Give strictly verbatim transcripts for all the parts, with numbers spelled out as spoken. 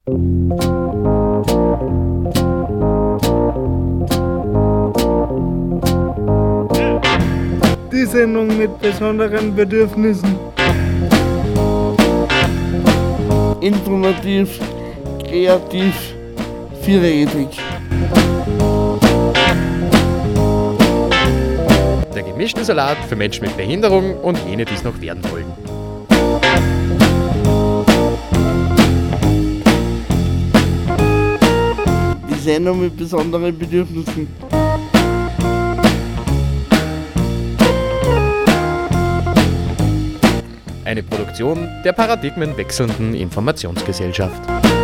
Die Sendung mit besonderen Bedürfnissen. Informativ, kreativ, vielredig. Der gemischte Salat für Menschen mit Behinderung und jene, die es noch werden wollen. Die Sendung mit besonderen Bedürfnissen. Eine Produktion der paradigmenwechselnden Informationsgesellschaft.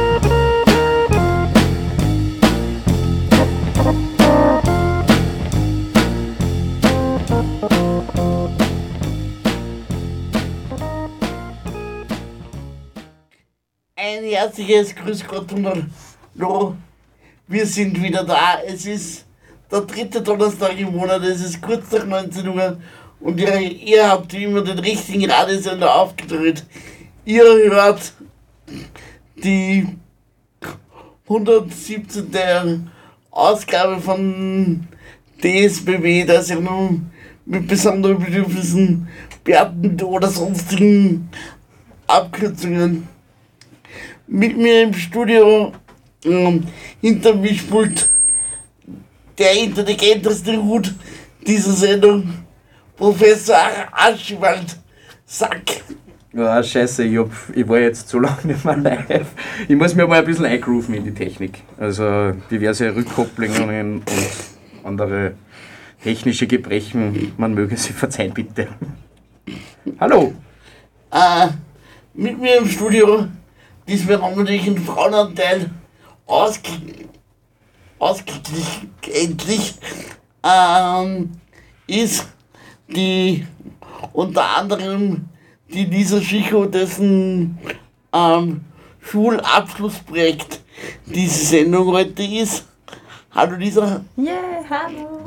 Ein herzliches Grüß Gott und Hallo. Wir sind wieder da. Es ist der dritte Donnerstag im Monat. Es ist kurz nach neunzehn Uhr. Und ihr, ihr habt wie immer den richtigen Radiosender aufgedreht. Ihr hört die hundertsiebzehnte Ausgabe von D S B W, der Sendung mit besonderen Bedürfnissen, Bärten oder sonstigen Abkürzungen. Mit mir im Studio, ähm, hinter mich spult der intelligenteste Hut dieser Sendung, Professor Archibald Sack. Ja, scheiße, ich, hab, ich war jetzt so lange nicht mehr live. Ich muss mir mal ein bisschen eingrooven in die Technik. Also diverse Rückkopplungen und andere technische Gebrechen. Man möge sie verzeihen, bitte. Hallo! Äh, mit mir im Studio, diesmal haben wir natürlich einen Frauenanteil ausgeglichen, ausgeglichen endlich, ähm, ist die unter anderem die Lisa Schicho, dessen ähm, Schulabschlussprojekt diese Sendung heute ist. Hallo Lisa. Yeah, hallo.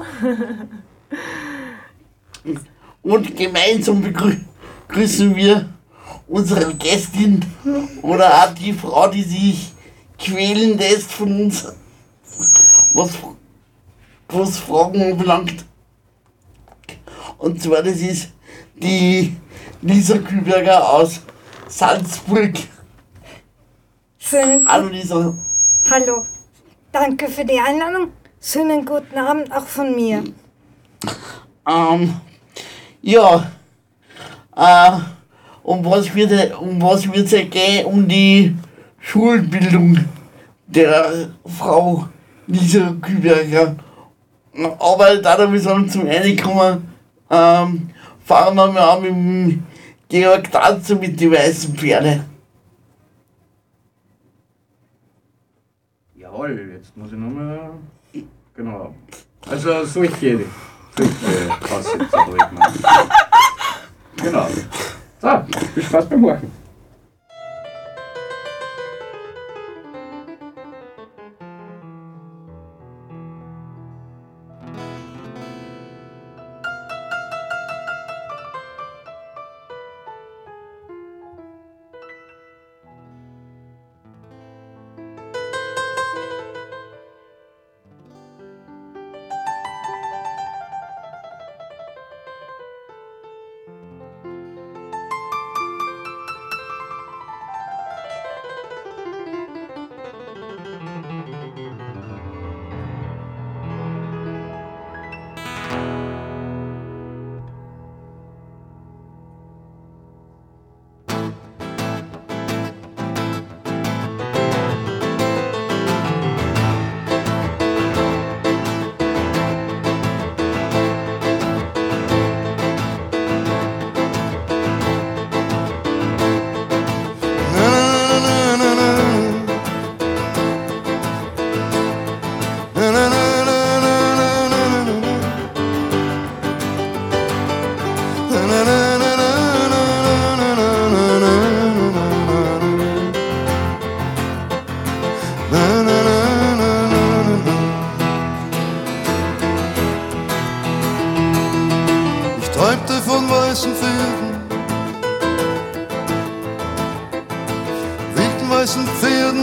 Und gemeinsam begrü begrüßen wir unsere Gästin oder auch die Frau, die sich quälen lässt von uns, was, was Fragen anbelangt. Und zwar, das ist die Lisa Kühlberger aus Salzburg. Schönen Hallo Lisa. Hallo. Danke für die Einladung. Schönen guten Abend auch von mir. Ähm, ja, äh, um was wird um was wird's ja gehen? Um die Schulbildung der Frau Lisa Kühlberger. Aber da wir sollen zum Einkommen, ähm, fahren wir mal an mit dem Georg dazu mit den weißen Pferde. Jawohl, jetzt muss ich nochmal. Genau. Also solche, solche Aussätze bringt man. Genau. So, viel Spaß beim Horchen.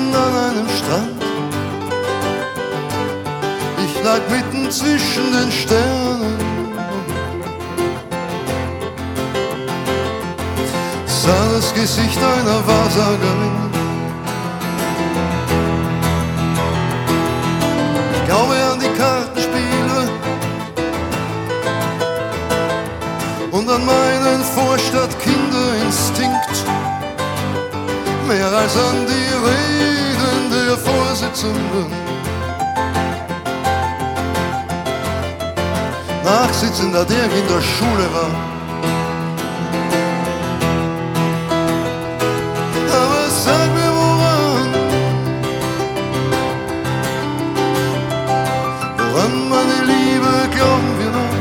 mitten an einem Strand. Ich lag mitten zwischen den Sternen, sah das Gesicht einer Wahrsagerin. Ich glaube an die Kartenspiele und an meinen Vorstadtkinderinstinkt, mehr als an die Reden der Vorsitzenden. Nachsitzender, der in der Schule war. Aber sag mir woran, woran, meine Liebe, glauben wir noch?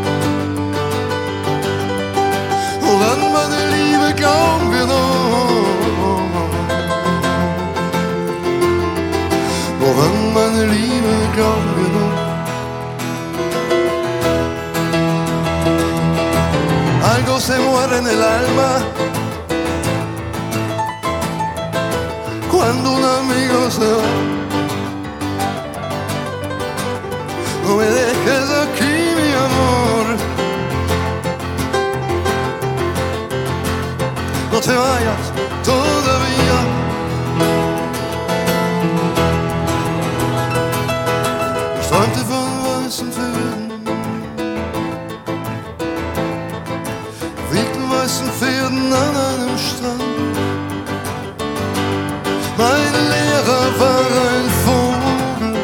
Woran, meine Liebe, glauben wir noch? Woran, meine Liebe, glauben wir noch? Algo se muere en el alma cuando un amigo se va. No me dejes aquí, mi amor, no te vayas todavía. Ich träumte von weißen Pferden, weißen Pferden an einem Strand. Mein Lehrer war ein Vogel,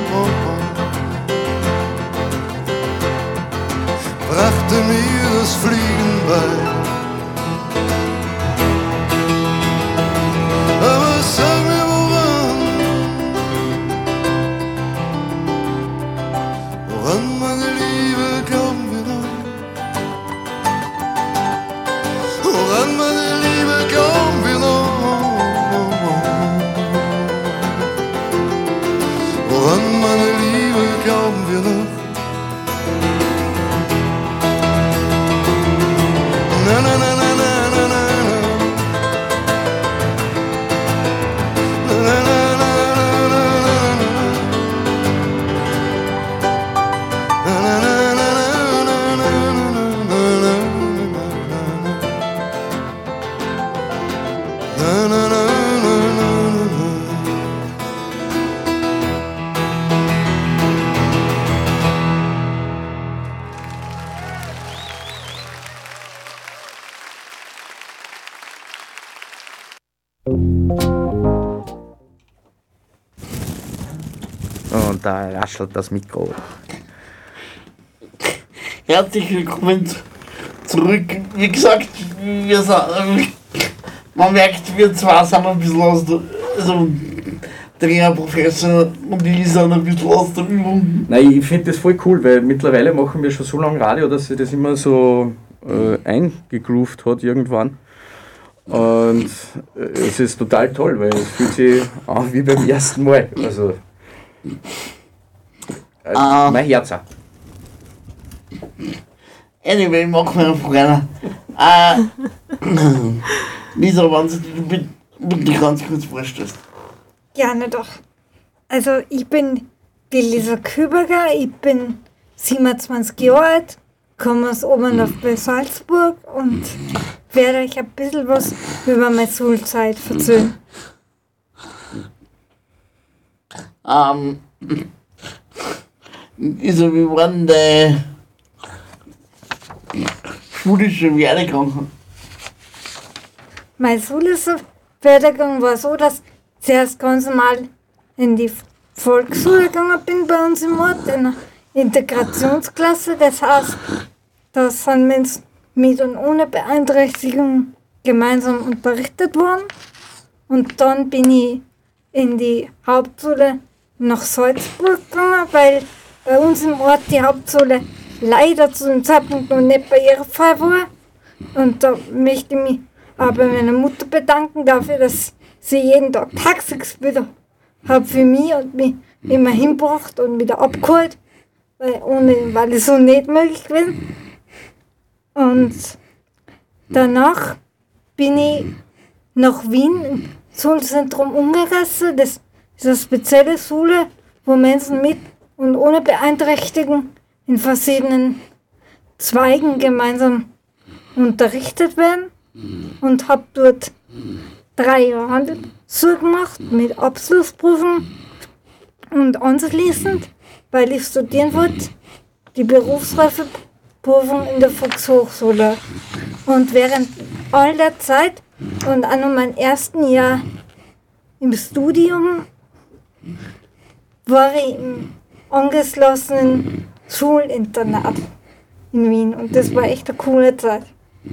brachte mir das Fliegen bei. Aber sag mir woran, woran, meine Liebe, glauben wir noch? Woran, meine Liebe, glauben wir noch? Woran, meine Liebe, glauben wir noch? Na, na, na, na, na, na, na, na. Na, na, na, na, na, na, na, na. Na, na, na, na, na, na, na, na, na, na. Und da raschelt das Mikro. Herzlich willkommen zurück. Wie gesagt, wir sind, man merkt, wir zwei sind ein bisschen aus der, also der Herr Professor und ich sind ein bisschen aus der Übung. Nein, ich finde das voll cool, weil mittlerweile machen wir schon so lange Radio, dass sich das immer so äh, eingegroovt hat irgendwann. Und äh, es ist total toll, weil es fühlt sich an wie beim ersten Mal. Also, äh, Ah. mein Herz auch. Anyway, machen wir einfach weiter. Äh, Lisa, wenn du dich bitte ganz kurz vorstellst. Gerne doch. Also ich bin die Lisa Küberger, ich bin siebenundzwanzig Jahre alt, komme aus Oberndorf bei Salzburg und werde euch ein bisschen was über meine Schulzeit erzählen. Ähm, also wie war denn der schulische Werdegang? Mein schulischer Werdegang war so, dass ich zuerst ganz normal in die Volksschule gegangen bin bei uns im Ort, in einer Integrationsklasse. Das heißt, da sind wir mit und ohne Beeinträchtigung gemeinsam unterrichtet worden. Und dann bin ich in die Hauptschule nach Salzburg gegangen, weil bei uns im Ort die Hauptschule leider zu dem Zeitpunkt noch nicht barrierefrei war. Und da möchte ich mich auch bei meiner Mutter bedanken dafür, dass sie jeden Tag Taxi gespielt hat für mich und mich immer hingebracht und wieder abgeholt, weil, ohne, weil es so nicht möglich gewesen. Und danach bin ich nach Wien im Schulzentrum umgereist. Das ist eine spezielle Schule, wo Menschen mit und ohne Beeinträchtigung in verschiedenen Zweigen gemeinsam unterrichtet werden und habe dort drei Jahre so gemacht mit Abschlussprüfung und anschließend, weil ich studieren wollte, die Berufsreifeprüfung in der Volkshochschule. Und während all der Zeit und auch noch mein ersten Jahr im Studium war ich im angeschlossenen Schulinternat in Wien und das war echt eine coole Zeit.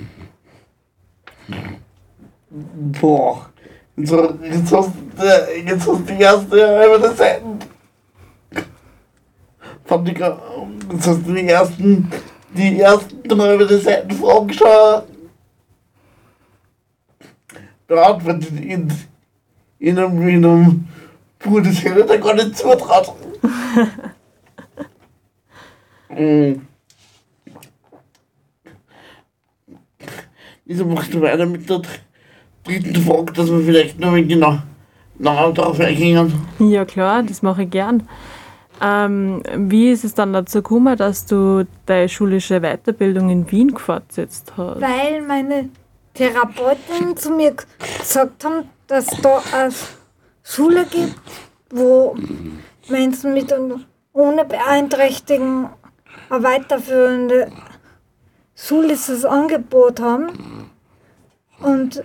Boah, jetzt, jetzt, hast, du- jetzt hast du die erste halbe der Seiten. Fand ich, jetzt hast du die ersten, die ersten halbe der Seiten vorgeschaut. Da hat man in, in, in einem, in einem Puh, das hätte er gar nicht zutraut. Mm. Wieso machst du weiter mit der dritten Frage, dass wir vielleicht noch ein genau nachher darauf eingehen? Ja klar, das mache ich gern. Ähm, wie ist es dann dazu gekommen, dass du deine schulische Weiterbildung in Wien fortsetzt hast? Weil meine Therapeutinnen zu mir gesagt haben, dass da eine Schule gibt, wo Menschen mit und ohne Beeinträchtigung eine weiterführende schulisches Angebot haben. Und,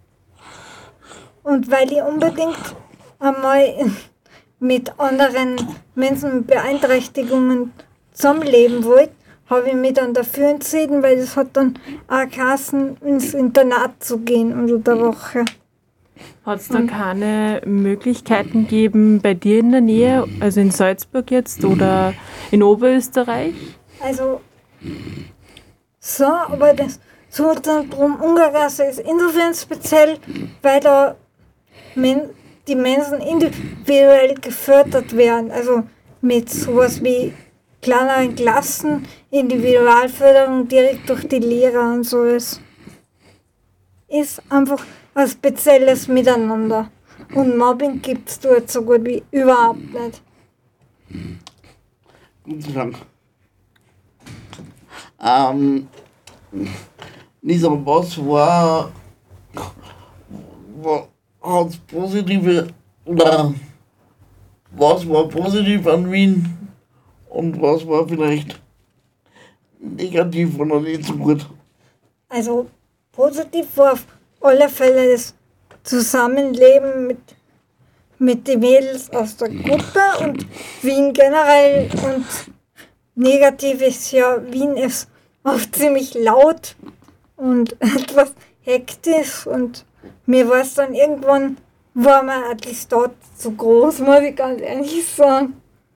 und weil ich unbedingt einmal mit anderen Menschen mit Beeinträchtigungen zusammenleben wollte, habe ich mich dann dafür entschieden, weil es hat dann auch geheißen, ins Internat zu gehen unter der Woche. Hat es da keine Möglichkeiten gegeben bei dir in der Nähe, also in Salzburg jetzt oder in Oberösterreich? Also, so, aber das Schulzentrum Ungargasse ist insofern speziell, weil da Men die Menschen individuell gefördert werden. Also mit sowas wie kleineren Klassen, Individualförderung direkt durch die Lehrer und so. Es ist einfach ein spezielles Miteinander. Und Mobbing gibt es dort so gut wie überhaupt nicht. Gott sei Dank. Ähm, Lisa, was war, war hat's positive, oder was war positiv an Wien und was war vielleicht negativ oder nicht so gut? Also positiv war auf alle Fälle das Zusammenleben mit, mit den Mädels aus der Gruppe und Wien generell. Und negativ ist ja, Wien ist oft ziemlich laut und etwas hektisch und mir war es dann irgendwann, war mir die Stadt zu groß, muss ich ganz ehrlich sagen.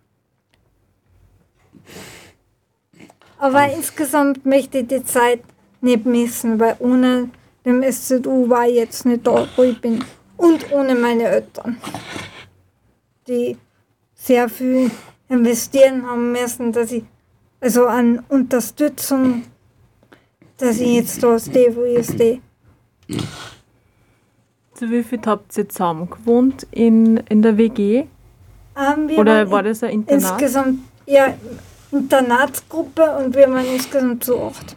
Aber insgesamt möchte ich die Zeit nicht missen, weil ohne dem S Z U war ich jetzt nicht da, wo ich bin. Und ohne meine Eltern, die sehr viel investieren haben müssen, dass ich, also an Unterstützung, dass ich jetzt da stehe, wo ich stehe. Zu wie viel habt ihr zusammen gewohnt in, in der W G? Ähm, wir Oder waren war das ein Internat? Insgesamt, ja, Internatsgruppe und wir waren insgesamt zu acht.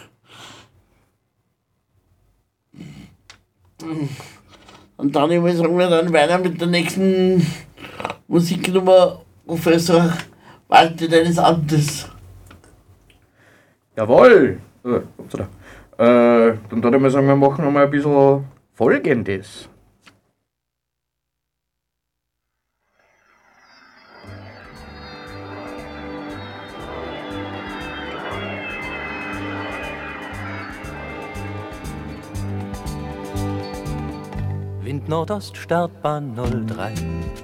Und dann würde ich sagen, wir dann weiter mit der nächsten Musiknummer, Professor Walter deines Amtes. Jawohl! Oh, upsala. äh, dann würde ich mal sagen, wir machen noch mal ein bisschen Folgendes. Wind Nordost, Startbahn null drei.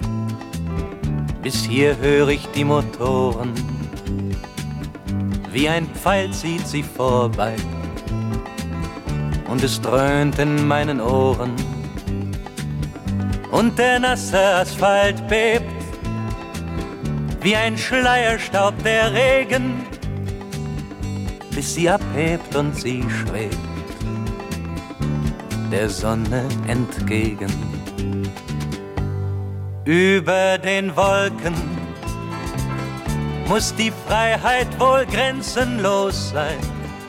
Bis hier höre ich die Motoren. Wie ein Pfeil zieht sie vorbei. Und es dröhnt in meinen Ohren. Und der nasse Asphalt bebt. Wie ein Schleierstaub der Regen. Bis sie abhebt und sie schwebt der Sonne entgegen. Über den Wolken muss die Freiheit wohl grenzenlos sein.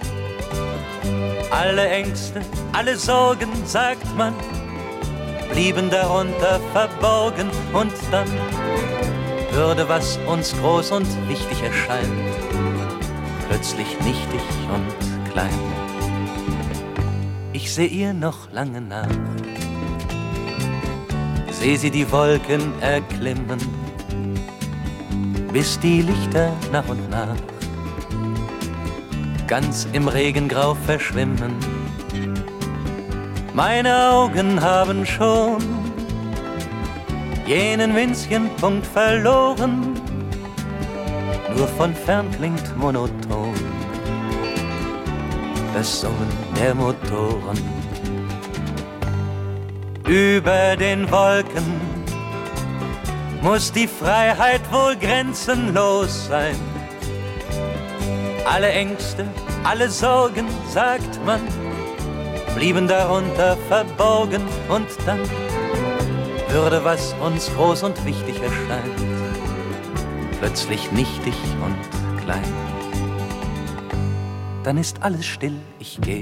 Alle Ängste, alle Sorgen, sagt man, blieben darunter verborgen. Und dann würde, was uns groß und wichtig erscheint, plötzlich nichtig und klein. Ich seh ihr noch lange nach, seh sie die Wolken erklimmen, bis die Lichter nach und nach ganz im Regengrau verschwimmen. Meine Augen haben schon jenen winzigen Punkt verloren, nur von fern klingt monoton das Summen der Motoren. Über den Wolken muss die Freiheit wohl grenzenlos sein. Alle Ängste, alle Sorgen, sagt man, blieben darunter verborgen. Und dann würde, was uns groß und wichtig erscheint, plötzlich nichtig und klein. Dann ist alles still, ich geh.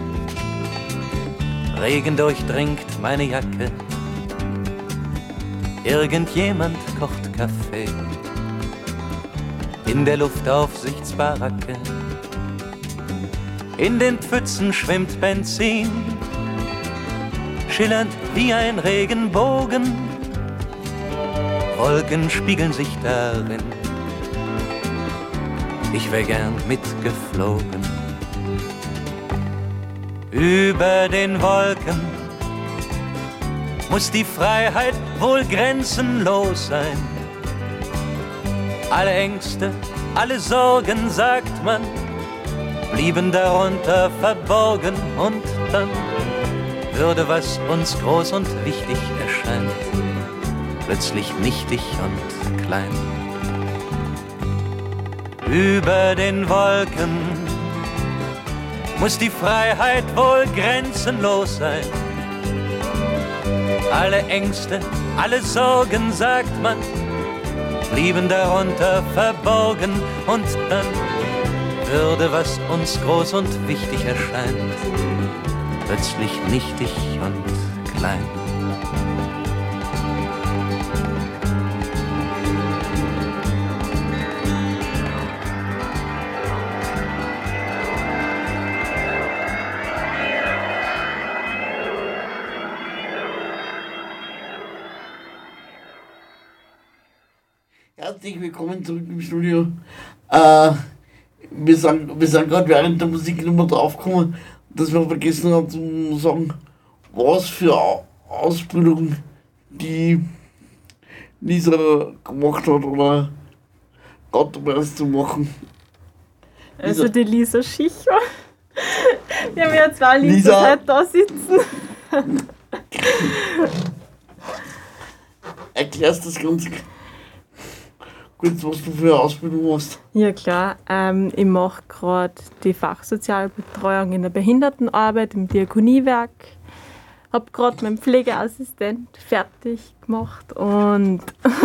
Regen durchdringt meine Jacke. Irgendjemand kocht Kaffee in der Luftaufsichtsbaracke. In den Pfützen schwimmt Benzin, schillernd wie ein Regenbogen. Wolken spiegeln sich darin, ich wär gern mitgeflogen. Über den Wolken muss die Freiheit wohl grenzenlos sein. Alle Ängste, alle Sorgen, sagt man, blieben darunter verborgen. Und dann würde, was uns groß und wichtig erscheint, plötzlich nichtig und klein. Über den Wolken muss die Freiheit wohl grenzenlos sein. Alle Ängste, alle Sorgen, sagt man, blieben darunter verborgen. Und dann würde, was uns groß und wichtig erscheint, plötzlich nichtig und klein. Herzlich willkommen zurück im Studio. Äh, wir sind, wir sind gerade während der Musiknummer draufgekommen, dass wir vergessen haben zu sagen, was für Ausbildung die Lisa gemacht hat oder gerade dabei ist zu machen. Also die Lisa Schicher. Wir haben ja zwei Lisas Lisa. heute da sitzen. Erklärst das Ganze kurz, was du für eine Ausbildung machst? Ja klar, ähm, ich mache gerade die Fachsozialbetreuung in der Behindertenarbeit im Diakoniewerk. Habe gerade meinen Pflegeassistent fertig gemacht und,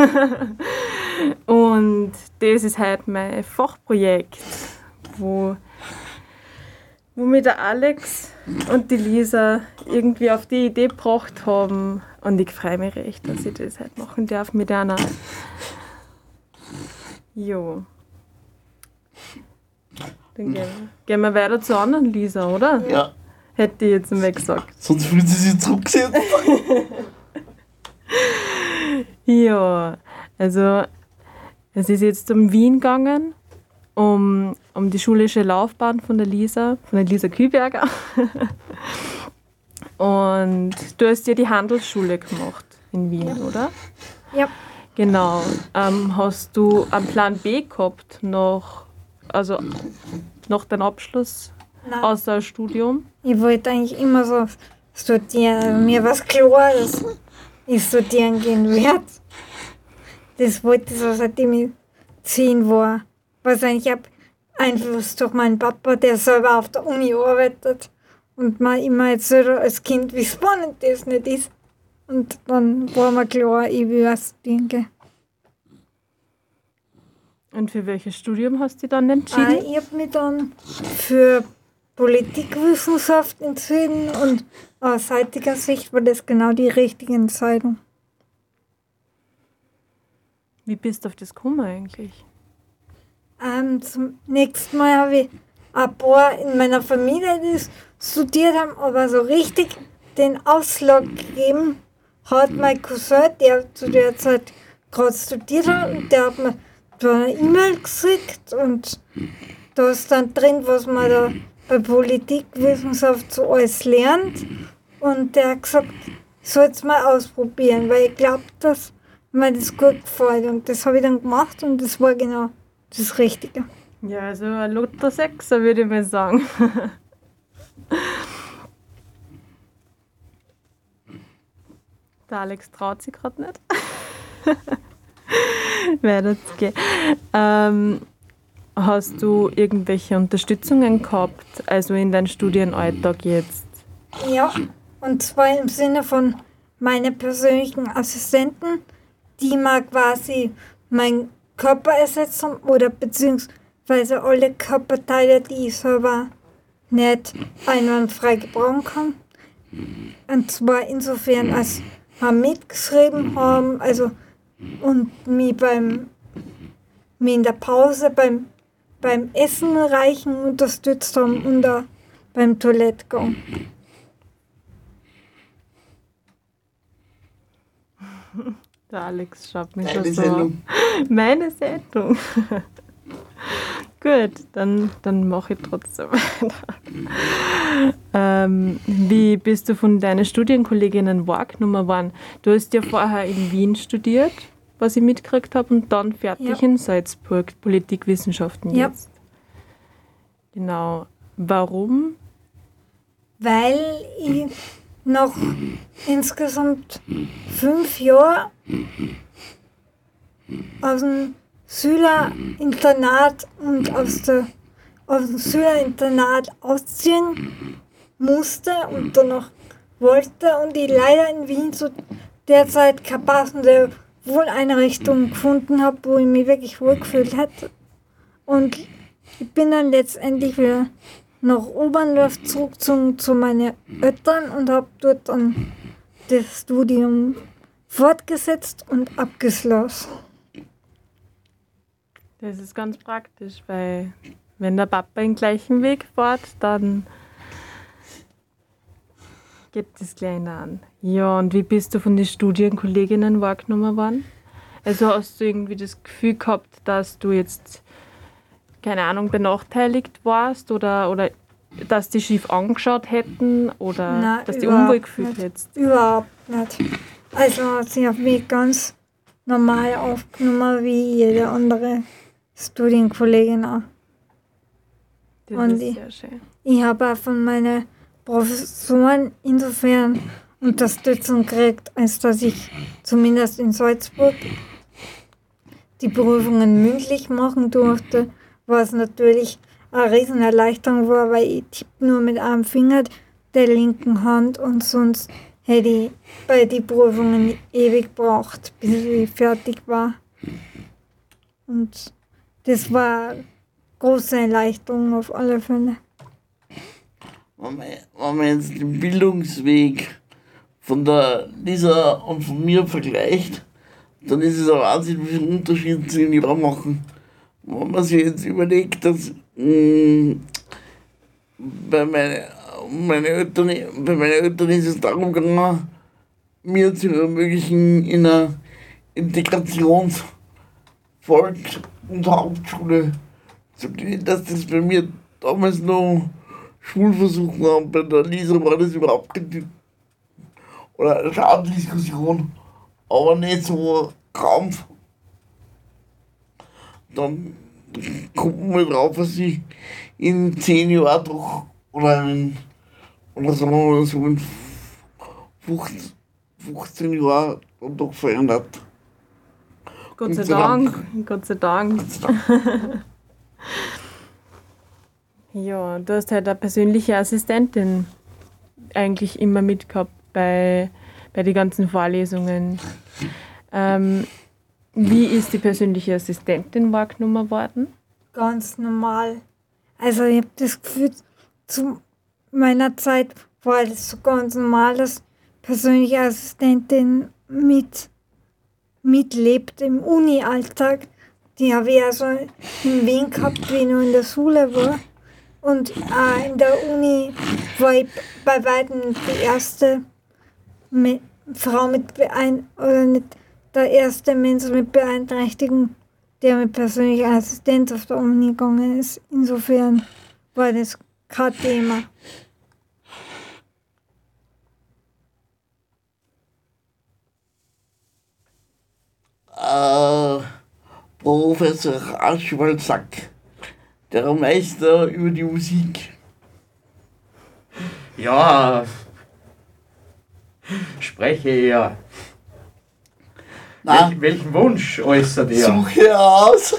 und das ist halt mein Fachprojekt, wo, wo mir der Alex und die Lisa irgendwie auf die Idee gebracht haben. Und ich freue mich recht, dass ich das halt machen darf mit einer. Jo. Dann gehen, gehen wir weiter zur anderen Lisa, oder? Ja. Hätte ich jetzt einmal gesagt. Sonst fühlt sie sich zurückgesetzt. Ja, also es ist jetzt um Wien gegangen, um, um die schulische Laufbahn von der Lisa, von der Lisa Kühlberger. Und du hast ja die Handelsschule gemacht in Wien, oder? Ja. Genau. Ähm, hast du einen Plan B gehabt, noch, also nach deinem Abschluss, Nein. außer ein Studium? Ich wollte eigentlich immer so studieren. Mir war klar, dass ich studieren gehen werde. Das wollte ich so, seitdem ich zehn war. Wahrscheinlich habe ich Einfluss durch meinen Papa, der selber auf der Uni arbeitet. Und man immer jetzt so als Kind, wie spannend das nicht ist. Und dann war mir klar, ich will was denken. Und für welches Studium hast du dich dann entschieden? Äh, ich habe mich dann für Politikwissenschaft entschieden und aus heutiger Sicht war das genau die richtige Entscheidung. Wie bist du auf das gekommen eigentlich? Ähm, zum nächsten Mal habe ich ein paar in meiner Familie, die studiert haben, aber so richtig den Ausschlag gegeben hat mein Cousin, der zu der Zeit gerade studiert hat, und der hat mir da eine E-Mail geschickt und da ist dann drin, was man da bei Politikwissenschaft so alles lernt. Und der hat gesagt, ich soll es mal ausprobieren, weil ich glaube, dass mir das gut gefällt. Und das habe ich dann gemacht und das war genau das Richtige. Ja, also ein Lotto Sechser würde ich mal sagen. Der Alex traut sich gerade nicht. Weiter zu gehen. Ähm, hast du irgendwelche Unterstützungen gehabt, also in deinem Studienalltag jetzt? Ja, und zwar im Sinne von meinen persönlichen Assistenten, die mal quasi meinen Körper ersetzt haben oder beziehungsweise alle Körperteile, die ich selber nicht einwandfrei gebrauchen kann. Und zwar insofern, als wir mitgeschrieben haben, also und mich beim mich in der Pause beim, beim Essen reichen unterstützt haben und auch beim Toilettegang. Der Alex schaut mich Deine schon so. Sendung. Meine Sendung. Gut, dann, dann mache ich trotzdem weiter. Ähm, wie bist du von deinen Studienkolleginnen wahrgenommen worden? Du hast ja vorher in Wien studiert, was ich mitgekriegt habe, und dann fertig Ja. in Salzburg, Politikwissenschaften Ja. jetzt. Genau. Warum? Weil ich nach insgesamt fünf Jahren aus dem Schülerinternat und aus, der, aus dem Schülerinternat ausziehen musste und danach wollte und ich leider in Wien zu der Zeit keine passende Wohneinrichtung gefunden habe, wo ich mich wirklich wohlgefühlt hätte. Und ich bin dann letztendlich wieder nach Oberndorf zurückgezogen zu meinen Eltern und habe dort dann das Studium fortgesetzt und abgeschlossen. Das ist ganz praktisch, weil wenn der Papa den gleichen Weg fährt, dann geht das Kleine an. Ja, und wie bist du von den Studienkolleginnen wahrgenommen worden? Also hast du irgendwie das Gefühl gehabt, dass du jetzt, keine Ahnung, benachteiligt warst oder, oder dass die schief angeschaut hätten oder Nein, dass die überhaupt unwohl gefühlt nicht. hättest? Überhaupt nicht. Also sie haben mich ganz normal aufgenommen wie jede andere Studienkollegin auch. Das Und ist ich- sehr schön. Ich habe auch von meinen Professoren insofern Unterstützung gekriegt, als dass ich zumindest in Salzburg die Prüfungen mündlich machen durfte, was natürlich eine Riesenerleichterung war, weil ich tippe nur mit einem Finger der linken Hand und sonst hätte ich bei den Prüfungen ewig gebraucht, bis ich fertig war. Und das war eine große Erleichterung auf alle Fälle. Wenn man, wenn man jetzt den Bildungsweg von der Lisa und von mir vergleicht, dann ist es ein Wahnsinn, wie viel Unterschied sie in Jahren machen. Wenn man sich jetzt überlegt, dass mh, bei meinen meine Eltern, bei meinen Eltern ist es darum gegangen, mir zu ermöglichen, in einer Integrationsvolk- und Hauptschule zu gehen, dass das bei mir damals noch Schulversuch war. Bei der Lisa war das überhaupt keine oder eine Schadendiskussion, aber nicht so ein Kampf. Dann kommt man drauf, was sich in zehn Jahren doch oder in, oder sagen wir mal so in fünfzehn, fünfzehn Jahren dann doch verändert. Gott sei Gott sei Dank. Gott sei Dank. Ja, du hast halt eine persönliche Assistentin eigentlich immer mitgehabt bei, bei den ganzen Vorlesungen. Ähm, wie ist die persönliche Assistentin wahrgenommen worden? Ganz normal. Also ich habe das Gefühl, zu meiner Zeit war das so ganz normal, dass persönliche Assistentin mit, mitlebt im Uni-Alltag. Die habe ich also in Wien gehabt, wie ich noch in der Schule war. Und auch in der Uni war ich bei weitem die erste Me- Frau mit Beein- oder nicht der erste Mensch mit Beeinträchtigung, der mit persönlicher Assistenz auf der Uni gegangen ist. Insofern war das kein Thema. Äh, Professor Aschwald-Sack, der Meister über die Musik. Ja, spreche er. Welch, welchen Wunsch äußert er? Suche aus.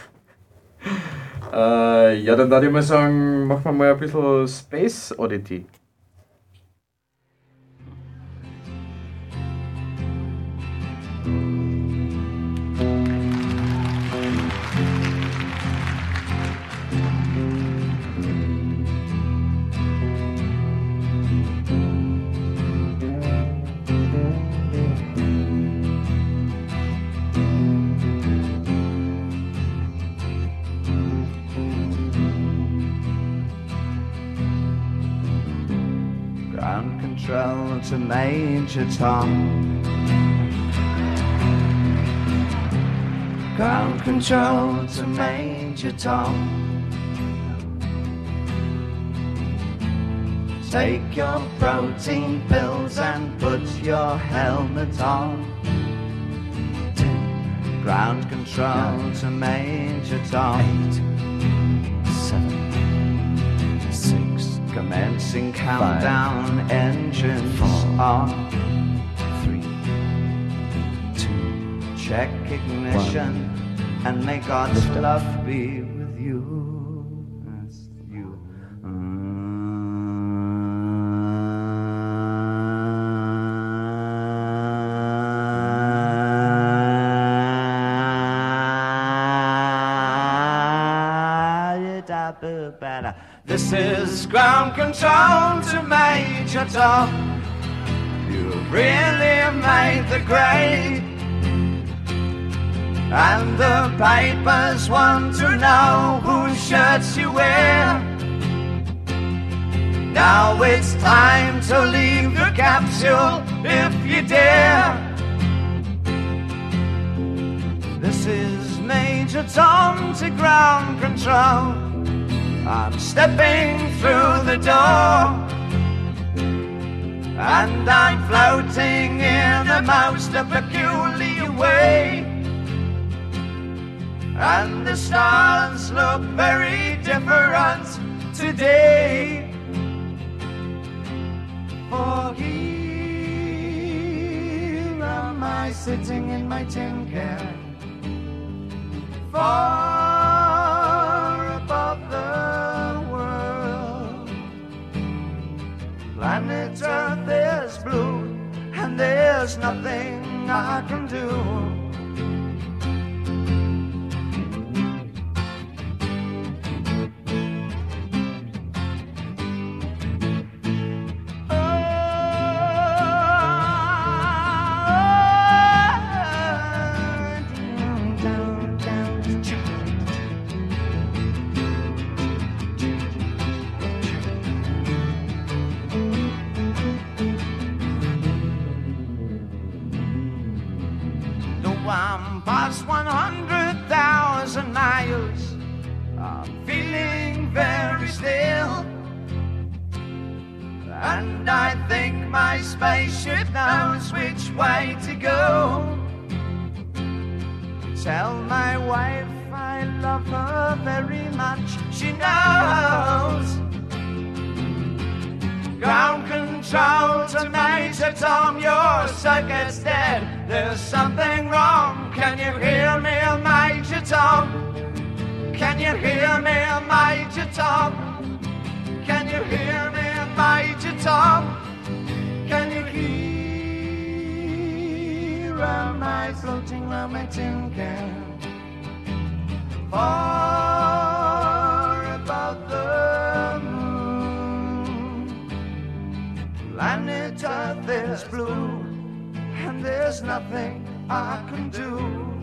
Äh, ja, dann würde ich mal sagen, machen wir mal ein bisschen Space Oddity. Ground control to Major Tom. Ground control to Major Tom. Take your protein pills and put your helmet on. Ten. Ground control nine, to Major Tom. Eight. Seven. Six. Commencing countdown, five, engines four, on. Three. Two. Check ignition, one, and may God's love be with you. That's you. This is ground control to Major Tom. You've really made the grade, and the papers want to know whose shirts you wear. Now it's time to leave the capsule if you dare. This is Major Tom to ground control. I'm stepping through the door, and I'm floating in a most peculiar way, and the stars look very different today. For here am I sitting in my tin can, far above the world. Planet Earth is blue, and there's nothing I can do. I'm past one hundred thousand miles. I'm feeling very still, and I think my spaceship knows which way to go. Tell my wife I love her very much, she knows. Ground control to Major Tom, your circuit's dead. There's something wrong. Can you hear me, Major Tom? Can you hear me, Major Tom? Can you hear me, Major Tom? Can you hear am I floating round my tin can, far above the moon. Planet Earth is blue, and there's nothing I can do.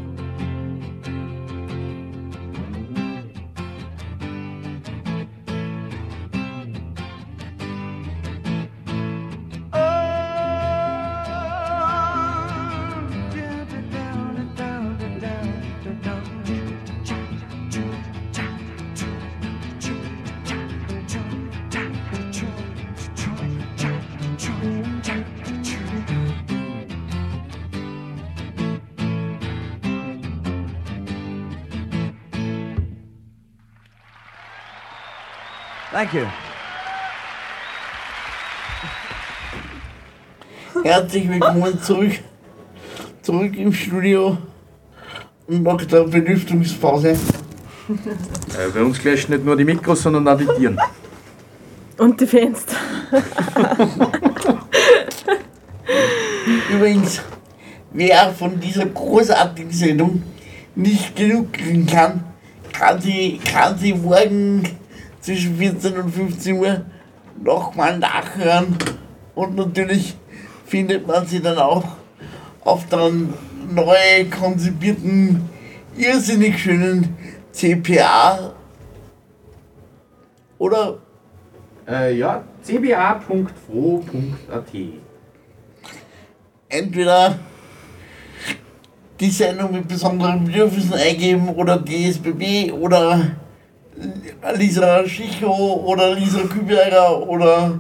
Thank you. Herzlich willkommen zurück, zurück im Studio und nach der Belüftungspause. Äh, bei uns gleich nicht nur die Mikros, sondern auch die Tieren. Und die Fenster. Übrigens, wer von dieser großartigen Sendung nicht genug kriegen kann, kann sie, kann sie morgen zwischen vierzehn und fünfzehn Uhr nochmal nachhören. Und natürlich findet man sie dann auch auf der neu konzipierten, irrsinnig schönen C P A. Oder? Äh, ja, c b a punkt f r o punkt a t. Entweder die Sendung mit besonderen Bedürfnissen eingeben oder D S B B oder Lisa Schicho oder Lisa Küberger oder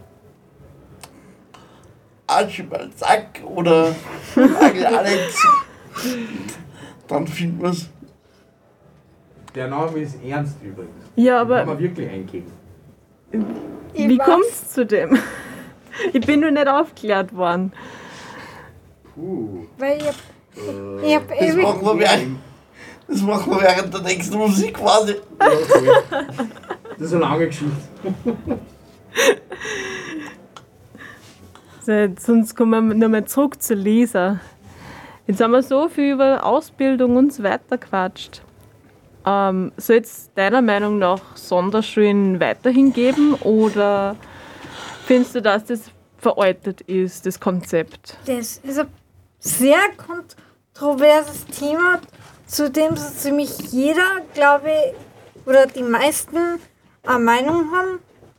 Archibald Sack oder Agel Alex. Dann finden wir es. Der Name ist Ernst übrigens. Ja, Den aber kann man wirklich eingeben. wie kommt es zu dem? Ich bin noch nicht aufgeklärt worden. Puh. Weil ich hab, ich hab Das ewig. machen wir während, das machen wir während der nächsten Musik quasi. Das ist eine lange Geschichte. So, jetzt, sonst kommen wir nochmal zurück zu Lisa. Jetzt haben wir so viel über Ausbildung und so weiter gequatscht. Ähm, soll es deiner Meinung nach Sonderschulen weiterhin geben oder findest du, dass das veraltet ist, das Konzept? Das ist ein sehr kontroverses Thema, zu dem so ziemlich jeder, glaube ich, oder die meisten eine Meinung haben.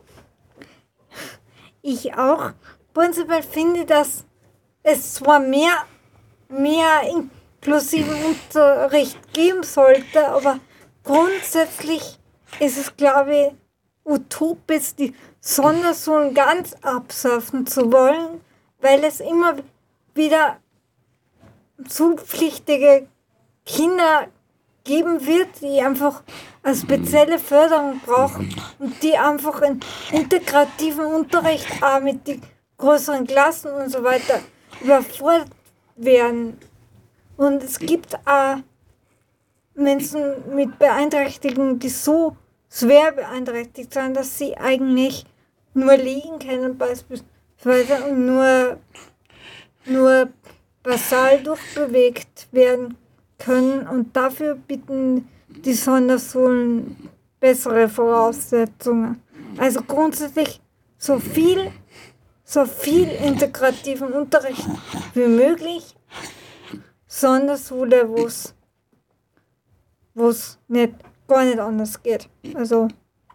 Ich auch. Prinzipiell finde ich, dass es zwar mehr, mehr inklusiven Unterricht geben sollte, aber grundsätzlich ist es, glaube ich, utopisch, die Sonderschulen ganz abschaffen zu wollen, weil es immer wieder schulpflichtige Kinder geben wird, die einfach eine spezielle Förderung brauchen und die einfach in integrativen Unterricht auch mit den größeren Klassen und so weiter überfordert werden. Und es gibt auch Menschen mit Beeinträchtigungen, die so schwer beeinträchtigt sind, dass sie eigentlich nur liegen können beispielsweise und nur, nur basal durchbewegt werden können. Und dafür bieten die Sonderschulen bessere Voraussetzungen. Also grundsätzlich so viel, so viel integrativen Unterricht wie möglich. Sonderschule, wo es wo es nicht, gar nicht anders geht. Also,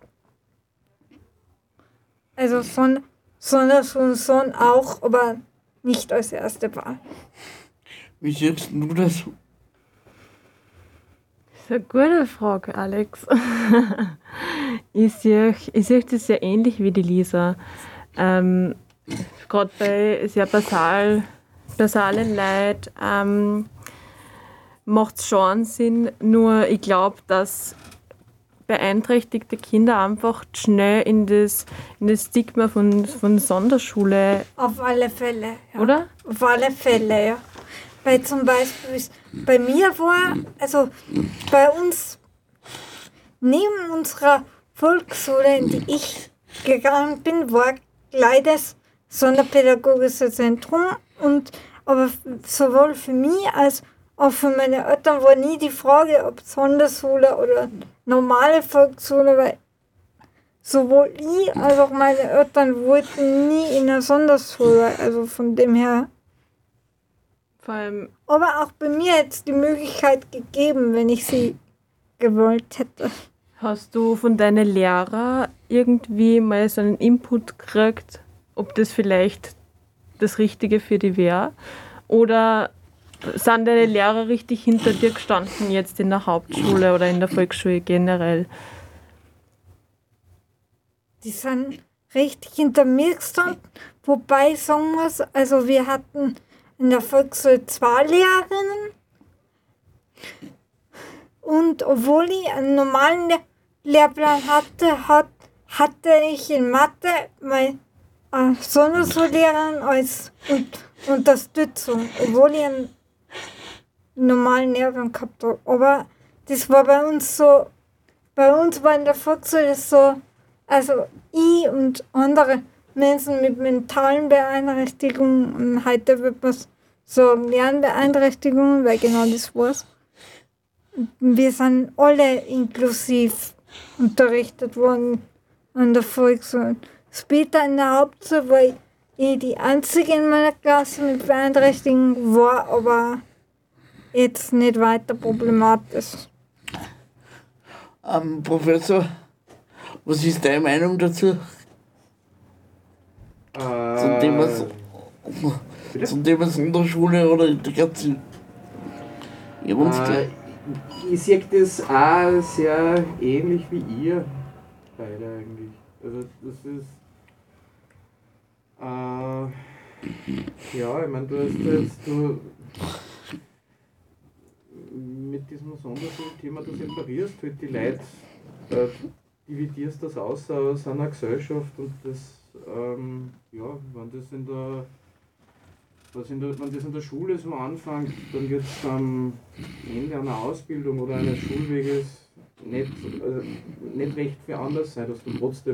also Son Sonderschulen schon auch, aber nicht als erste Wahl. Wie siehst du das? Das ist eine gute Frage, Alex. ich sehe ich seh das sehr ähnlich wie die Lisa. Ähm, Gerade bei sehr basal, basalen Leuten ähm, macht es schon Sinn, nur ich glaube, dass beeinträchtigte Kinder einfach schnell in das, in das Stigma von, von Sonderschule. Auf alle Fälle. Ja. Oder? Auf alle Fälle, ja. Weil zum Beispiel bei mir war, also bei uns, neben unserer Volksschule, in die ich gegangen bin, war gleich das Sonderpädagogische Zentrum und Aber f- sowohl für mich als auch für meine Eltern war nie die Frage, ob Sonderschule oder normale Volksschule, weil sowohl ich als auch meine Eltern wollten nie in einer Sonderschule, also von dem her. Vor allem, Aber auch bei mir hätte es die Möglichkeit gegeben, wenn ich sie gewollt hätte. hast du von deinen Lehrern irgendwie mal so einen Input gekriegt, ob das vielleicht das Richtige für dich wäre? Oder sind deine Lehrer richtig hinter dir gestanden, jetzt in der Hauptschule oder in der Volksschule generell? Die sind richtig hinter mir gestanden, wobei ich sagen muss, also wir hatten in der Volksschule zwei Lehrerinnen und obwohl ich einen normalen Le Lehrplan hatte, hat, hatte ich in Mathe meine äh, Sonderschullehrerin als un Unterstützung, obwohl ich einen normalen Lehrplan gehabt habe. Aber das war bei uns so, bei uns war in der Volksschule so, also ich und andere Menschen mit mentalen Beeinträchtigungen, und heute wird man sagen Lernbeeinträchtigungen, weil genau das war's. Wir sind alle inklusiv unterrichtet worden an der Volksschule. Später in der Hauptschule war ich die einzige in meiner Klasse mit Beeinträchtigung, war aber jetzt nicht weiter problematisch. Ähm, Professor, was ist deine Meinung dazu? Zum Thema, Bitte? zum Thema Sonderschule oder Integration? Ja, uns Äh, ich sehe das auch sehr ähnlich wie ihr beide eigentlich. Also das ist äh, ja, ich meine, du hast jetzt du mit diesem Sonderschulthema, du separierst halt die Leute, äh, dividierst das aus aus einer Gesellschaft und das, ähm, ja, wenn das in der Was in der, wenn das in der Schule so anfängt, dann wird es am Ende einer Ausbildung oder eines Schulweges nicht, also nicht recht viel anders sein, dass du trotzdem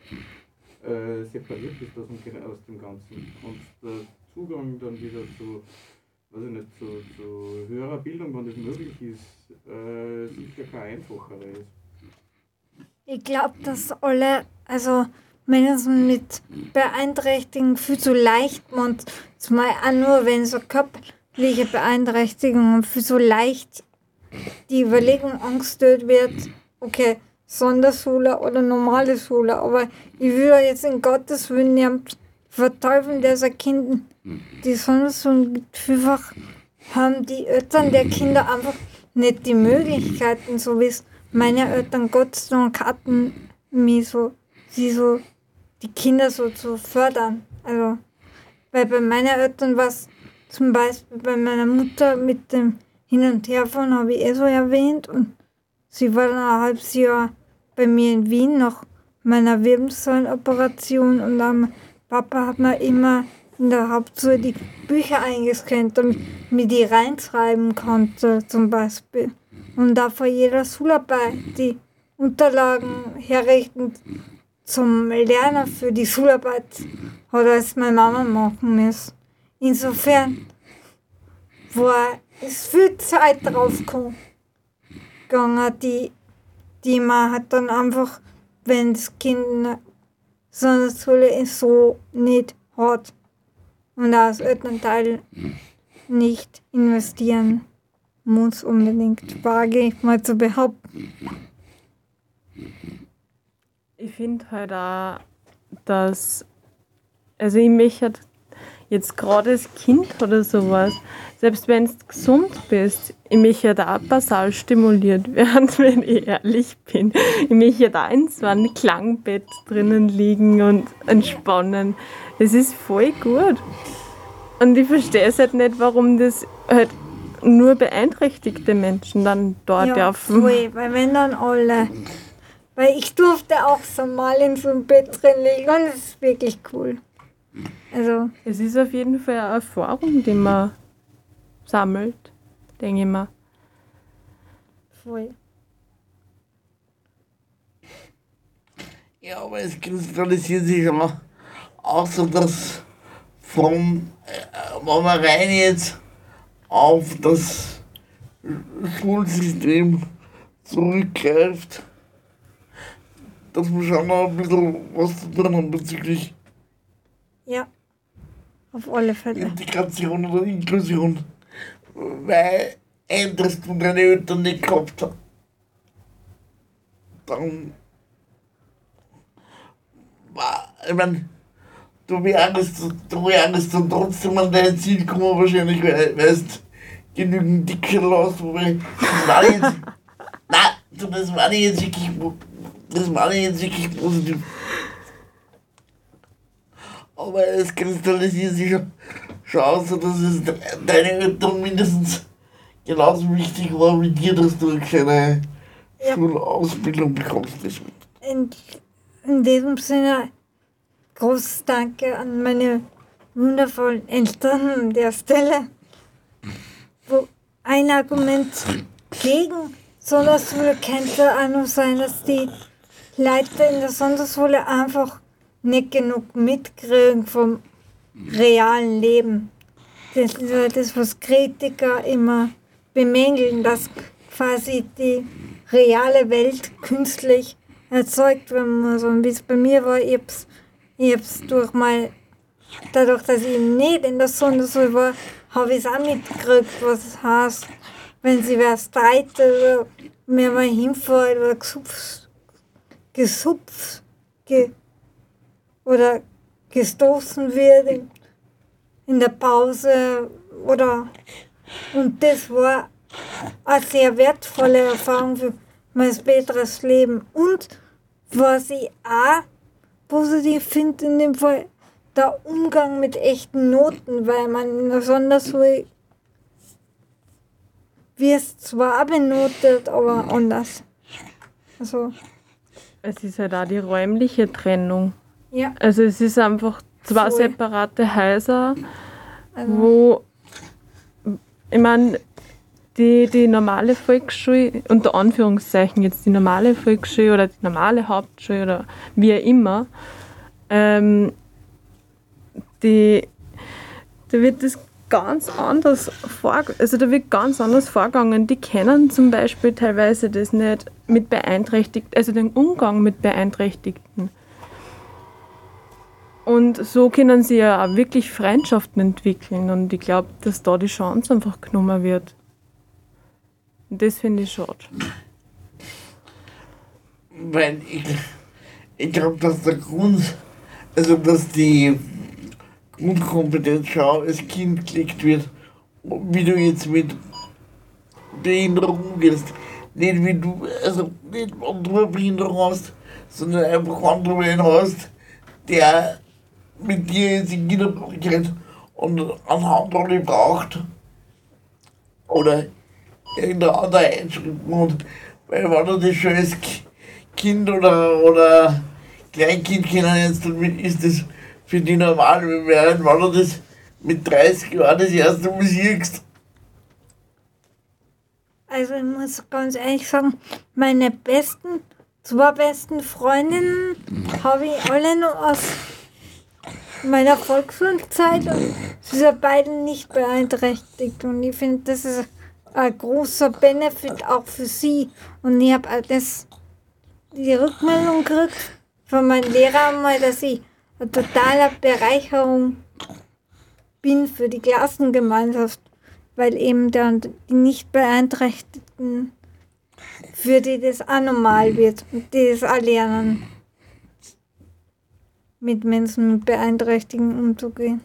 äh, separiert bist aus dem, aus dem Ganzen. Und der Zugang dann wieder zu, weiß ich nicht, zu, zu höherer Bildung, wenn das möglich ist, äh, sicher kein einfacherer ist. Ich glaube, dass alle, also Menschen mit Beeinträchtigungen viel zu leicht und zumal auch nur, wenn so körperliche Beeinträchtigungen viel zu leicht die Überlegung angestellt wird, okay, Sonderschule oder normale Schule, aber ich will jetzt in Gottes Willen nicht verteufeln, dass ein Kind die Sonderschule gibt. Vielfach haben die Eltern der Kinder einfach nicht die Möglichkeiten, so wie es meine Eltern Gott sei Dank hatten, mich so, sie so, die Kinder so zu fördern. Also, weil bei meinen Eltern war es zum Beispiel bei meiner Mutter mit dem Hin- und Herfahren, habe ich eh so erwähnt, und sie war dann ein halbes Jahr bei mir in Wien nach meiner Wirbelsäulenoperation, und dann Papa hat mir immer in der Hauptschule die Bücher eingescannt, damit ich mir die reinschreiben konnte, zum Beispiel. Und da vor jeder Schularbeit die Unterlagen herrichten zum Lernen für die Schularbeit hat es meine Mama machen müssen. Insofern war es viel Zeit drauf gegangen, die, die man hat dann einfach, wenn das Kind in der Sonderschule so nicht hat und als Elternteil nicht investieren muss unbedingt, wage ich mal zu behaupten. Ich finde halt auch, dass, also ich möchte jetzt gerade als Kind oder sowas, selbst wenn du gesund bist, ich möchte da auch basal stimuliert werden, wenn ich ehrlich bin. Ich möchte da in so einem Klangbett drinnen liegen und entspannen. Das ist voll gut. Und ich verstehe es halt nicht, warum das halt nur beeinträchtigte Menschen dann dort Ja, dürfen. voll, weil wenn dann alle, weil ich durfte auch so mal in so einem Bett drin liegen und es ist wirklich cool. Also, Es ist auf jeden Fall eine Erfahrung, die man sammelt, denke ich mal. voll. Ja, aber es kristallisiert sich auch, auch so, dass von, äh, wenn man rein jetzt auf das Schulsystem zurückgreift, dass wir schon noch ein bisschen was zu tun haben bezüglich Ja, auf alle Fälle. Integration oder Inklusion. Weil, dass du deine Eltern nicht gehabt hast, dann war, ich mein, du wärst, du wärst dann trotzdem an dein Ziel kommen wahrscheinlich, weil du genügend Dickschädel hast, wobei, das war jetzt, nein, du, das war nicht jetzt wirklich, das war nicht jetzt wirklich positiv. Aber es kristallisiert sich schon, schon aus, dass es deine Eltern mindestens genauso wichtig war wie dir, dass du keine Ja. Schulausbildung bekommst. In, in diesem Sinne, großes Danke an meine wundervollen Eltern an der Stelle. Wo ein Argument gegen Sonderschule könnte auch noch sein, dass die Leute in der Sonderschule einfach nicht genug mitkriegen vom realen Leben. Das ist ja das, was Kritiker immer bemängeln, dass quasi die reale Welt künstlich erzeugt werden muss. Und wie es bei mir war, ich hab's, ich hab's durch mal, dadurch, dass ich nicht in der Sonderschule war, habe ich es auch mitgekriegt, was es heißt, wenn sie wer streitet oder mir mal hinfällt oder gesupft, gesupft ge, oder gestoßen wird in, in der Pause oder und das war eine sehr wertvolle Erfahrung für mein späteres Leben. Und was ich auch positiv finde in dem Fall, der Umgang mit echten Noten, weil man in der Sonderschule wirst zwar benotet, aber anders. Also, Es ist halt auch die räumliche Trennung. ja. Also es ist einfach zwei Voll. separate Häuser, Also, wo, ich meine, die, die normale Volksschule, unter Anführungszeichen jetzt die normale Volksschule oder die normale Hauptschule oder wie auch immer, ähm, die, da wird das ganz anders vor, also da wird ganz anders vorgegangen. Die kennen zum Beispiel teilweise das nicht mit Beeinträchtigten, also den Umgang mit Beeinträchtigten. Und so können sie ja auch wirklich Freundschaften entwickeln und ich glaube, dass da die Chance einfach genommen wird. Und das finde ich schade. Weil ich, ich glaube, dass der Grund, also dass die Grundkompetenz schon als Kind gelegt wird, wie du jetzt mit Behinderung umgehst. Nicht wie du, also nicht wenn du eine Behinderung hast, sondern einfach wenn du einen hast, der mit dir jetzt in Kindergarten geht und einen Handrolle braucht oder irgendeine andere Einschränkung hat. Weil wenn du das schon als Kind oder, oder Kleinkind kennenlernst, dann ist das für die normal, während wenn du das mit dreißig Jahren das erste Mal siehst. also ich muss ganz ehrlich sagen, meine besten, zwei besten Freundinnen habe ich alle noch aus meiner Volksschulzeit und sie sind beide nicht beeinträchtigt und ich finde, das ist ein großer Benefit auch für sie und ich habe das die Rückmeldung gekriegt von meinem Lehrer einmal, dass ich eine totale Bereicherung bin für die Klassengemeinschaft, weil eben dann die nicht Beeinträchtigten, für die das auch normal wird und die das auch lernen, mit Menschen mit Beeinträchtigungen umzugehen.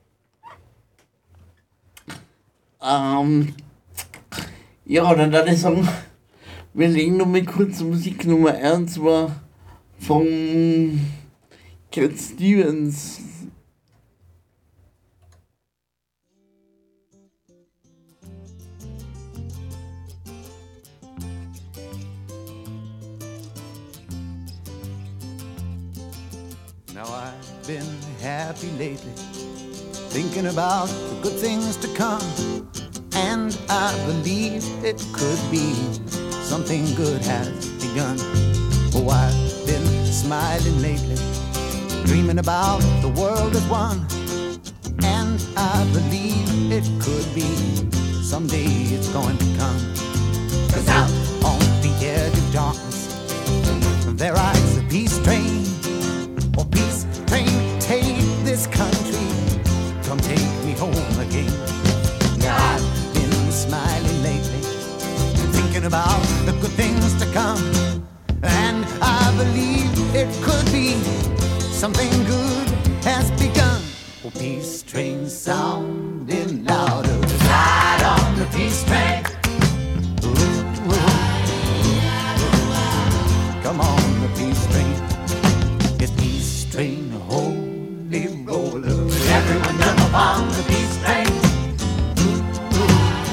Ähm, ja, dann würde ich sagen, wir legen noch mal kurz Musik Nummer eins, war von Cat Stevens. Now I've been happy lately, thinking about the good things to come, and I believe it could be something good has begun. Oh, I've been smiling lately, dreaming about the world as one, and I believe it could be. Someday it's going to come. 'Cause out on the edge of darkness there rides a peace train. Oh, peace train, take this country, come take me home again. Now I've been smiling lately, thinking about the good things to come, and I believe it could be something good has begun. Oh, peace train sounding louder, ride on the peace train. Ooh, ooh. Come on, the peace train. It's peace train, holy roller. Everyone jump upon the peace train. Ooh, ooh,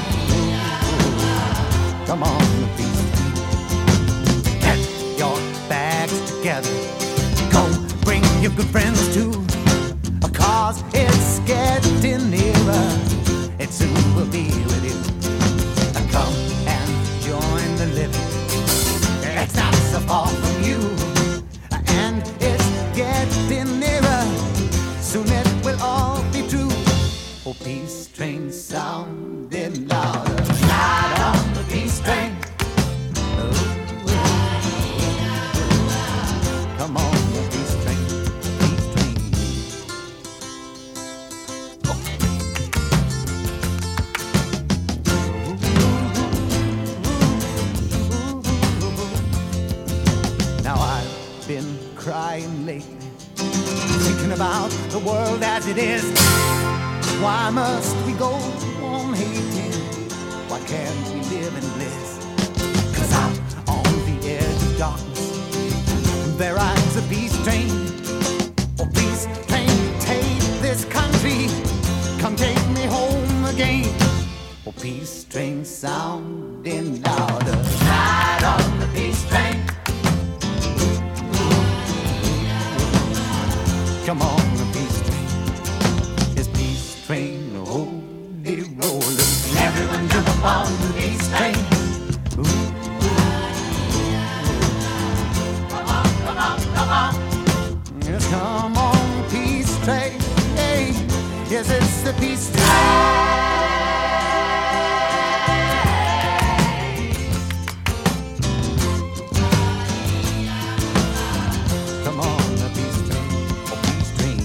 ooh. Come on, the peace train. Get your bags together. Go bring your good friends too. Cause it's getting nearer. It soon will be with you. Come and join the living. It's not so far from you. And it's getting nearer. Soon it will all be true. Oh, peace train sounding louder. Ride on the peace train. Oh, come on, the peace train. Peace train. Now I've been crying lately, thinking about the world as it is. Why must we go on hating? Why can't we live in bliss? 'Cause out on the edge of darkness there rides a peace train. Oh, peace train, take this country, come take me home again. Oh, peace train sounding louder, ride on the peace train. Come on, the peace train. It's peace train, holy roller. Everyone jump upon the peace train. Ooh, ooh. Come on, come on, come on. Yes, come on, peace train. Hey, yes, it's the peace train. Come on, the peace train. Oh, peace train.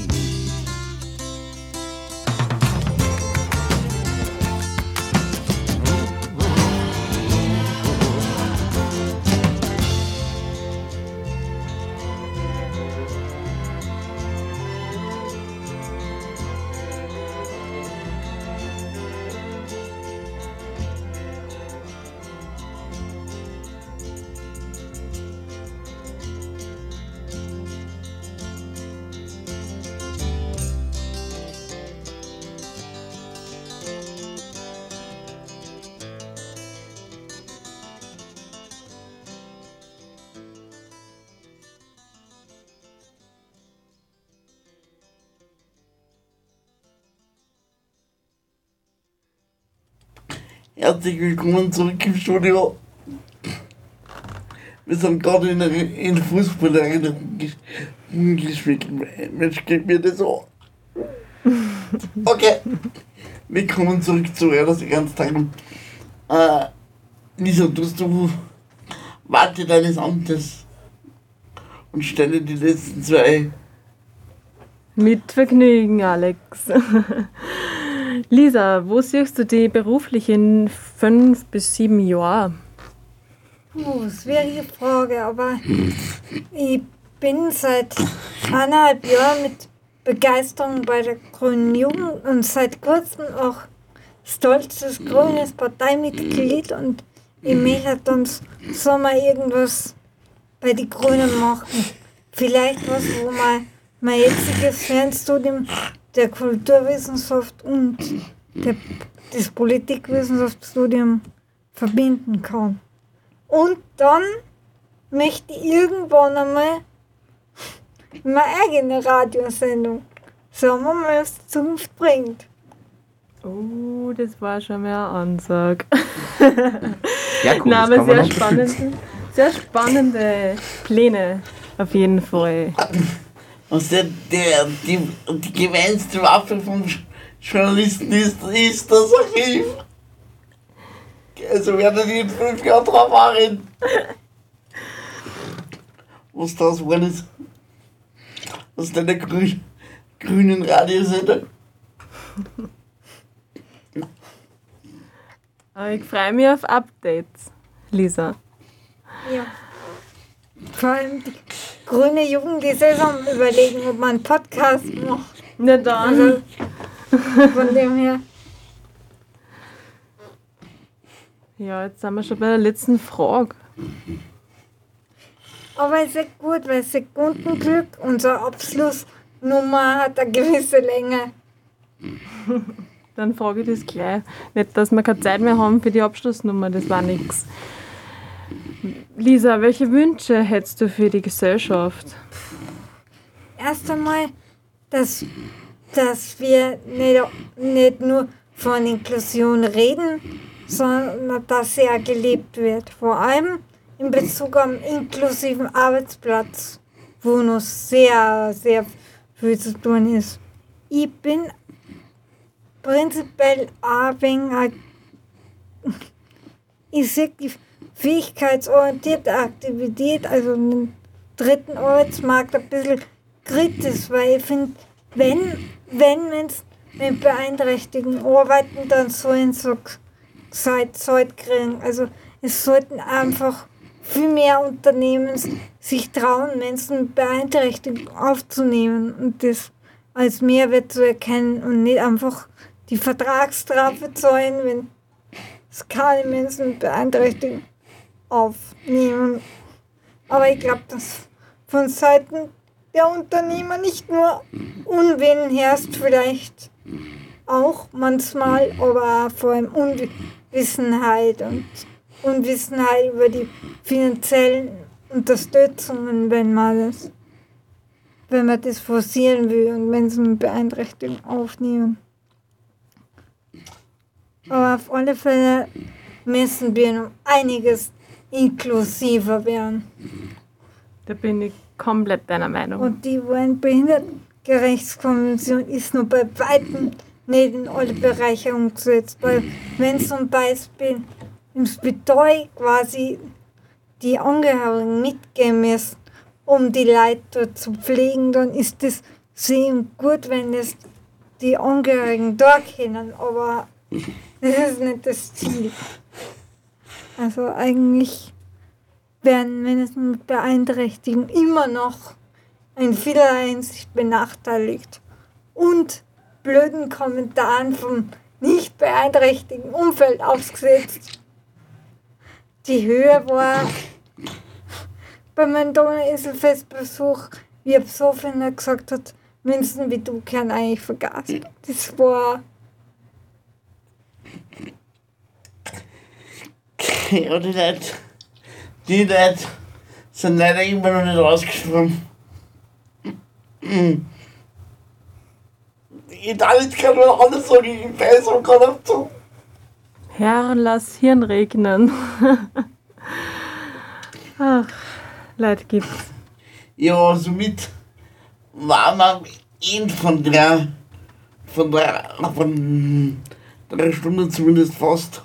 Herzlich willkommen zurück im Studio. Wir sind gerade in der in Fußballerinnerung gespielt. Mensch, geht mir das so. Okay, wir kommen zurück zu Erdas Ernsthagen. Äh, Lisa, tust du Warte deines Amtes und stelle die letzten zwei. Mit Vergnügen, Alex. Lisa, wo siehst du dich beruflich in fünf bis sieben Jahren? Puh, schwierige Frage, aber ich bin seit eineinhalb Jahren mit Begeisterung bei der Grünen Jugend und seit kurzem auch stolzes grünes Parteimitglied und ich möchte dann Sommer irgendwas bei den Grünen machen. Vielleicht was, wo man mein jetziges Fernstudium der Kulturwissenschaft und der, das Politikwissenschaftsstudium verbinden kann. Und dann möchte ich irgendwann einmal meine eigene Radiosendung. Schauen wir mal, was die Zukunft bringt. Oh, das war schon mehr eine Ansage. Ja, cool. Nein, aber sehr spannende, sehr spannende Pläne auf jeden Fall. Also der, der, die, die gemeinste Waffe vom, Journalisten ist, ist das Archiv. Also werden die in fünf Jahren drauf fahren. Was das geworden ist. Was denn der grün, grünen Radiosender. Aber ich freue mich auf Updates, Lisa. Ja. Vor allem die grüne Jugend, die Saison überlegen, ob man einen Podcast macht. Na dann. Also, von dem her. Ja, jetzt sind wir schon bei der letzten Frage. Aber es ist gut, weil Sekundenglück, unsere Abschlussnummer hat eine gewisse Länge. Dann frage ich das gleich. Nicht, dass wir keine Zeit mehr haben für die Abschlussnummer, das war nix. Lisa, welche Wünsche hättest du für die Gesellschaft? Erst einmal, dass, dass wir nicht, nicht nur von Inklusion reden, sondern dass sie auch gelebt wird. Vor allem in Bezug auf einen inklusiven Arbeitsplatz, wo noch sehr, sehr viel zu tun ist. Ich bin prinzipiell ein wenig, ich sehe die fähigkeitsorientierte Aktivität, also den dritten Arbeitsmarkt, ein bisschen kritisch, weil ich finde, wenn, wenn Menschen mit Beeinträchtigungen arbeiten, dann sollen sie Zeit, Zeit kriegen. Also es sollten einfach viel mehr Unternehmen sich trauen, Menschen mit Beeinträchtigungen aufzunehmen und das als Mehrwert zu erkennen und nicht einfach die Vertragsstrafe zahlen, wenn es keine Menschen mit Beeinträchtigungen aufnehmen. Aber ich glaube, dass von Seiten der Unternehmer nicht nur Unwillen herrscht, vielleicht auch manchmal, aber auch vor allem Unwissenheit und Unwissenheit über die finanziellen Unterstützungen, wenn man das, wenn man das forcieren will und Menschen mit Beeinträchtigungen aufnehmen. Aber auf alle Fälle müssen wir um einiges inklusiver werden. Da bin ich komplett deiner Meinung. Und die U N-Behindertenrechtskonvention ist nur bei weitem nicht in alle Bereiche umgesetzt. Weil wenn zum Beispiel im Spital quasi die Angehörigen mitgehen müssen, um die Leute dort zu pflegen, dann ist das sehr gut, wenn es die Angehörigen da kennen, aber das ist nicht das Ziel. Also eigentlich werden Menschen mit Beeinträchtigungen immer noch in vielerlei Hinsicht benachteiligt und blöden Kommentaren vom nicht beeinträchtigten Umfeld ausgesetzt. Die Höhe war bei meinem Donaueselfestbesuch, wie ein Besoffener gesagt hat, Menschen wie du können eigentlich vergessen. Das war... Ja, die Leute, die Leute sind leider immer noch nicht rausgeschwommen. In Italien kann man alles so, die Fässer und gerade auf zu. Herr, lass Hirn regnen. Ach, Leute gibt's. Ja, somit waren wir am Ende von der, von der, von der Stunde zumindest fast.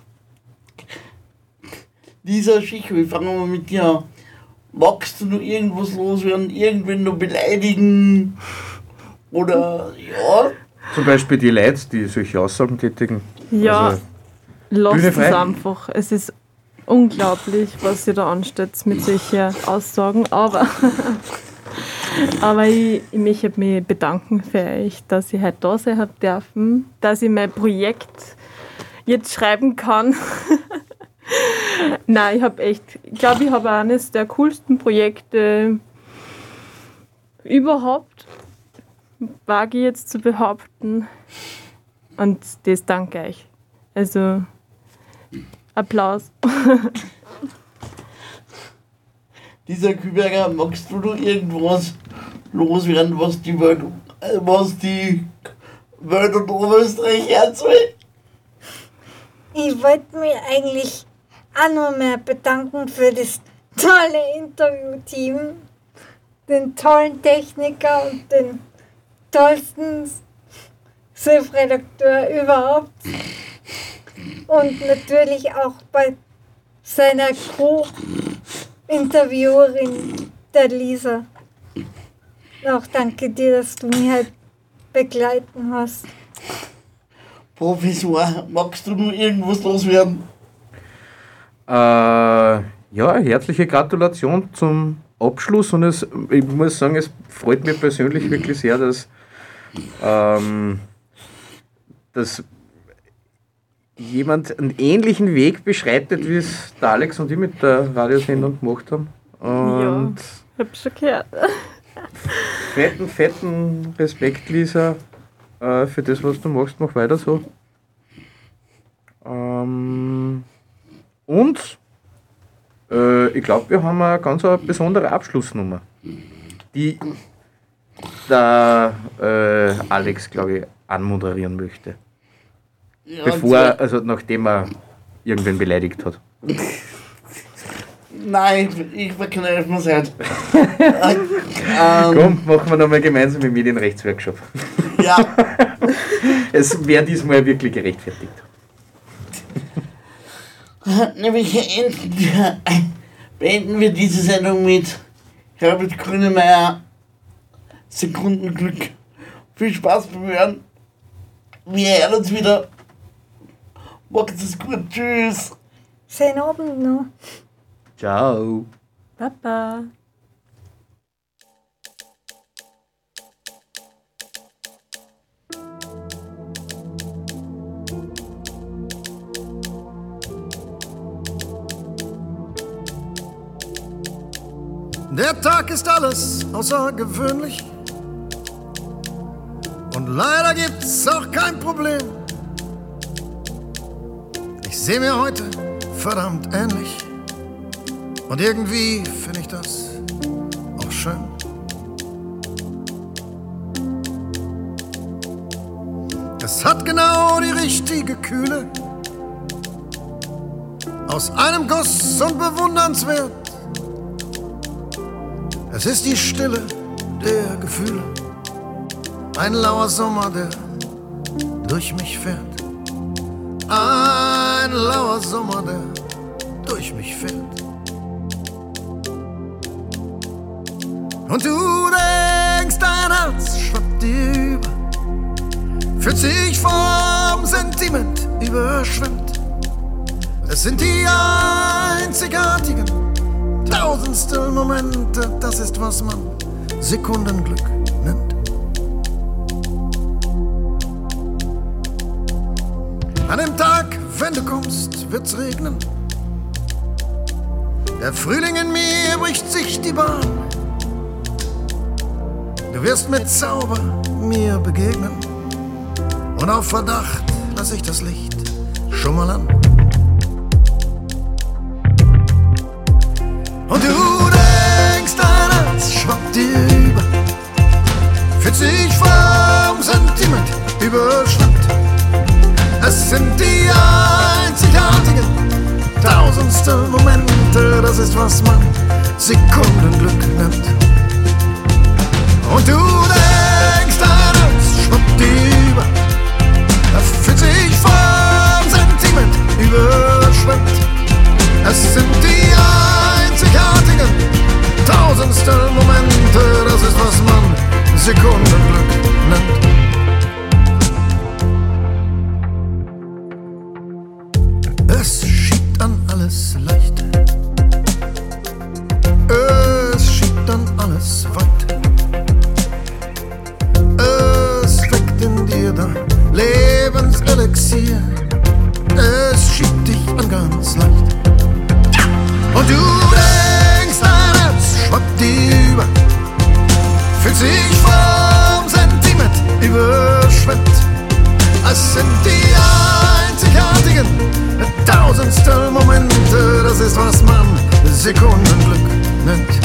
Lisa Schicho, wir fangen mal mit dir an. Magst du noch irgendwas loswerden, irgendwen noch beleidigen? Oder, ja? Zum Beispiel die Leute, die solche Aussagen tätigen. Ja, Also, lasst Bühne es frei. einfach. Es ist unglaublich, was ihr da anstellt mit solchen Aussagen. Aber, aber ich, ich möchte mich bedanken für euch, dass ich heute da sein habe dürfen, dass ich mein Projekt jetzt schreiben kann. Nein, ich habe echt, ich glaube, ich habe eines der coolsten Projekte überhaupt, wage ich jetzt zu behaupten. Und das danke euch. Also, Applaus. Dieser Küberger, magst du noch irgendwas loswerden, was die Welt, äh, was die Welt und Oberösterreich erzählt? Ich wollte mich eigentlich auch nur mehr bedanken für das tolle Interviewteam, den tollen Techniker und den tollsten Chefredakteur überhaupt. Und natürlich auch bei seiner Co-Interviewerin, der Lisa. Auch danke dir, dass du mich halt begleiten hast. Professor, magst du nur irgendwas loswerden? Äh, ja, herzliche Gratulation zum Abschluss und es, ich muss sagen, es freut mich persönlich wirklich sehr, dass, ähm, dass jemand einen ähnlichen Weg beschreitet, wie es der Alex und ich mit der Radiosendung gemacht haben. Und ja, hab schon gehört. fetten, fetten Respekt, Lisa, äh, für das, was du machst. Mach weiter so. Ähm, und äh, ich glaube, wir haben eine ganz eine besondere Abschlussnummer, die der äh, Alex, glaube ich, anmoderieren möchte. Ja, Bevor, also nachdem er irgendwen beleidigt hat. Nein, ich verkneife mir halt. ähm, Komm, machen wir nochmal gemeinsam mit Medienrechtsworkshop. Ja. Es wäre diesmal wirklich gerechtfertigt. Nämlich beenden wir diese Sendung mit Herbert Grönemeyer, Sekundenglück. Viel Spaß beim Hören. Wir hören uns wieder. Macht es gut. Tschüss. Schönen Abend noch. Ciao. Papa. Der Tag ist alles außergewöhnlich und leider gibt's auch kein Problem. Ich sehe mir heute verdammt ähnlich und irgendwie finde ich das auch schön. Es hat genau die richtige Kühle, aus einem Guss und bewundernswert. Es ist die Stille der Gefühle, ein lauer Sommer, der durch mich fährt. Ein lauer Sommer, der durch mich fährt. Und du denkst, dein Herz schwappt dir über, fühlt sich vom Sentiment überschwemmt. Es sind die einzigartigen tausendstel Momente, das ist, was man Sekundenglück nennt. An dem Tag, wenn du kommst, wird's regnen. Der Frühling in mir bricht sich die Bahn. Du wirst mit Zauber mir begegnen. Und auf Verdacht lass ich das Licht schon mal an. Und du denkst, dein Herz schwappt dir über, fühlt sich vom Sentiment überschwemmt. Es sind die einzigartigen tausendstel Momente, das ist, was man Sekundenglück nennt. Und du denkst, dein Herz schwappt dir über, er fühlt sich vom Sentiment überschwemmt. Es sind die einzigartigen tausendstel Momente, das ist, was man Sekundenglück nennt. Es schiebt an alles leicht, es schiebt an alles weit, es weckt in dir dein Lebenselixier, es schiebt dich an ganz leicht. Und du denkst, dein Herz schwappt dir über, fühlt sich vom Sentiment überschwemmt. Es sind die einzigartigen tausendstel Momente, das ist, was man Sekundenglück nennt.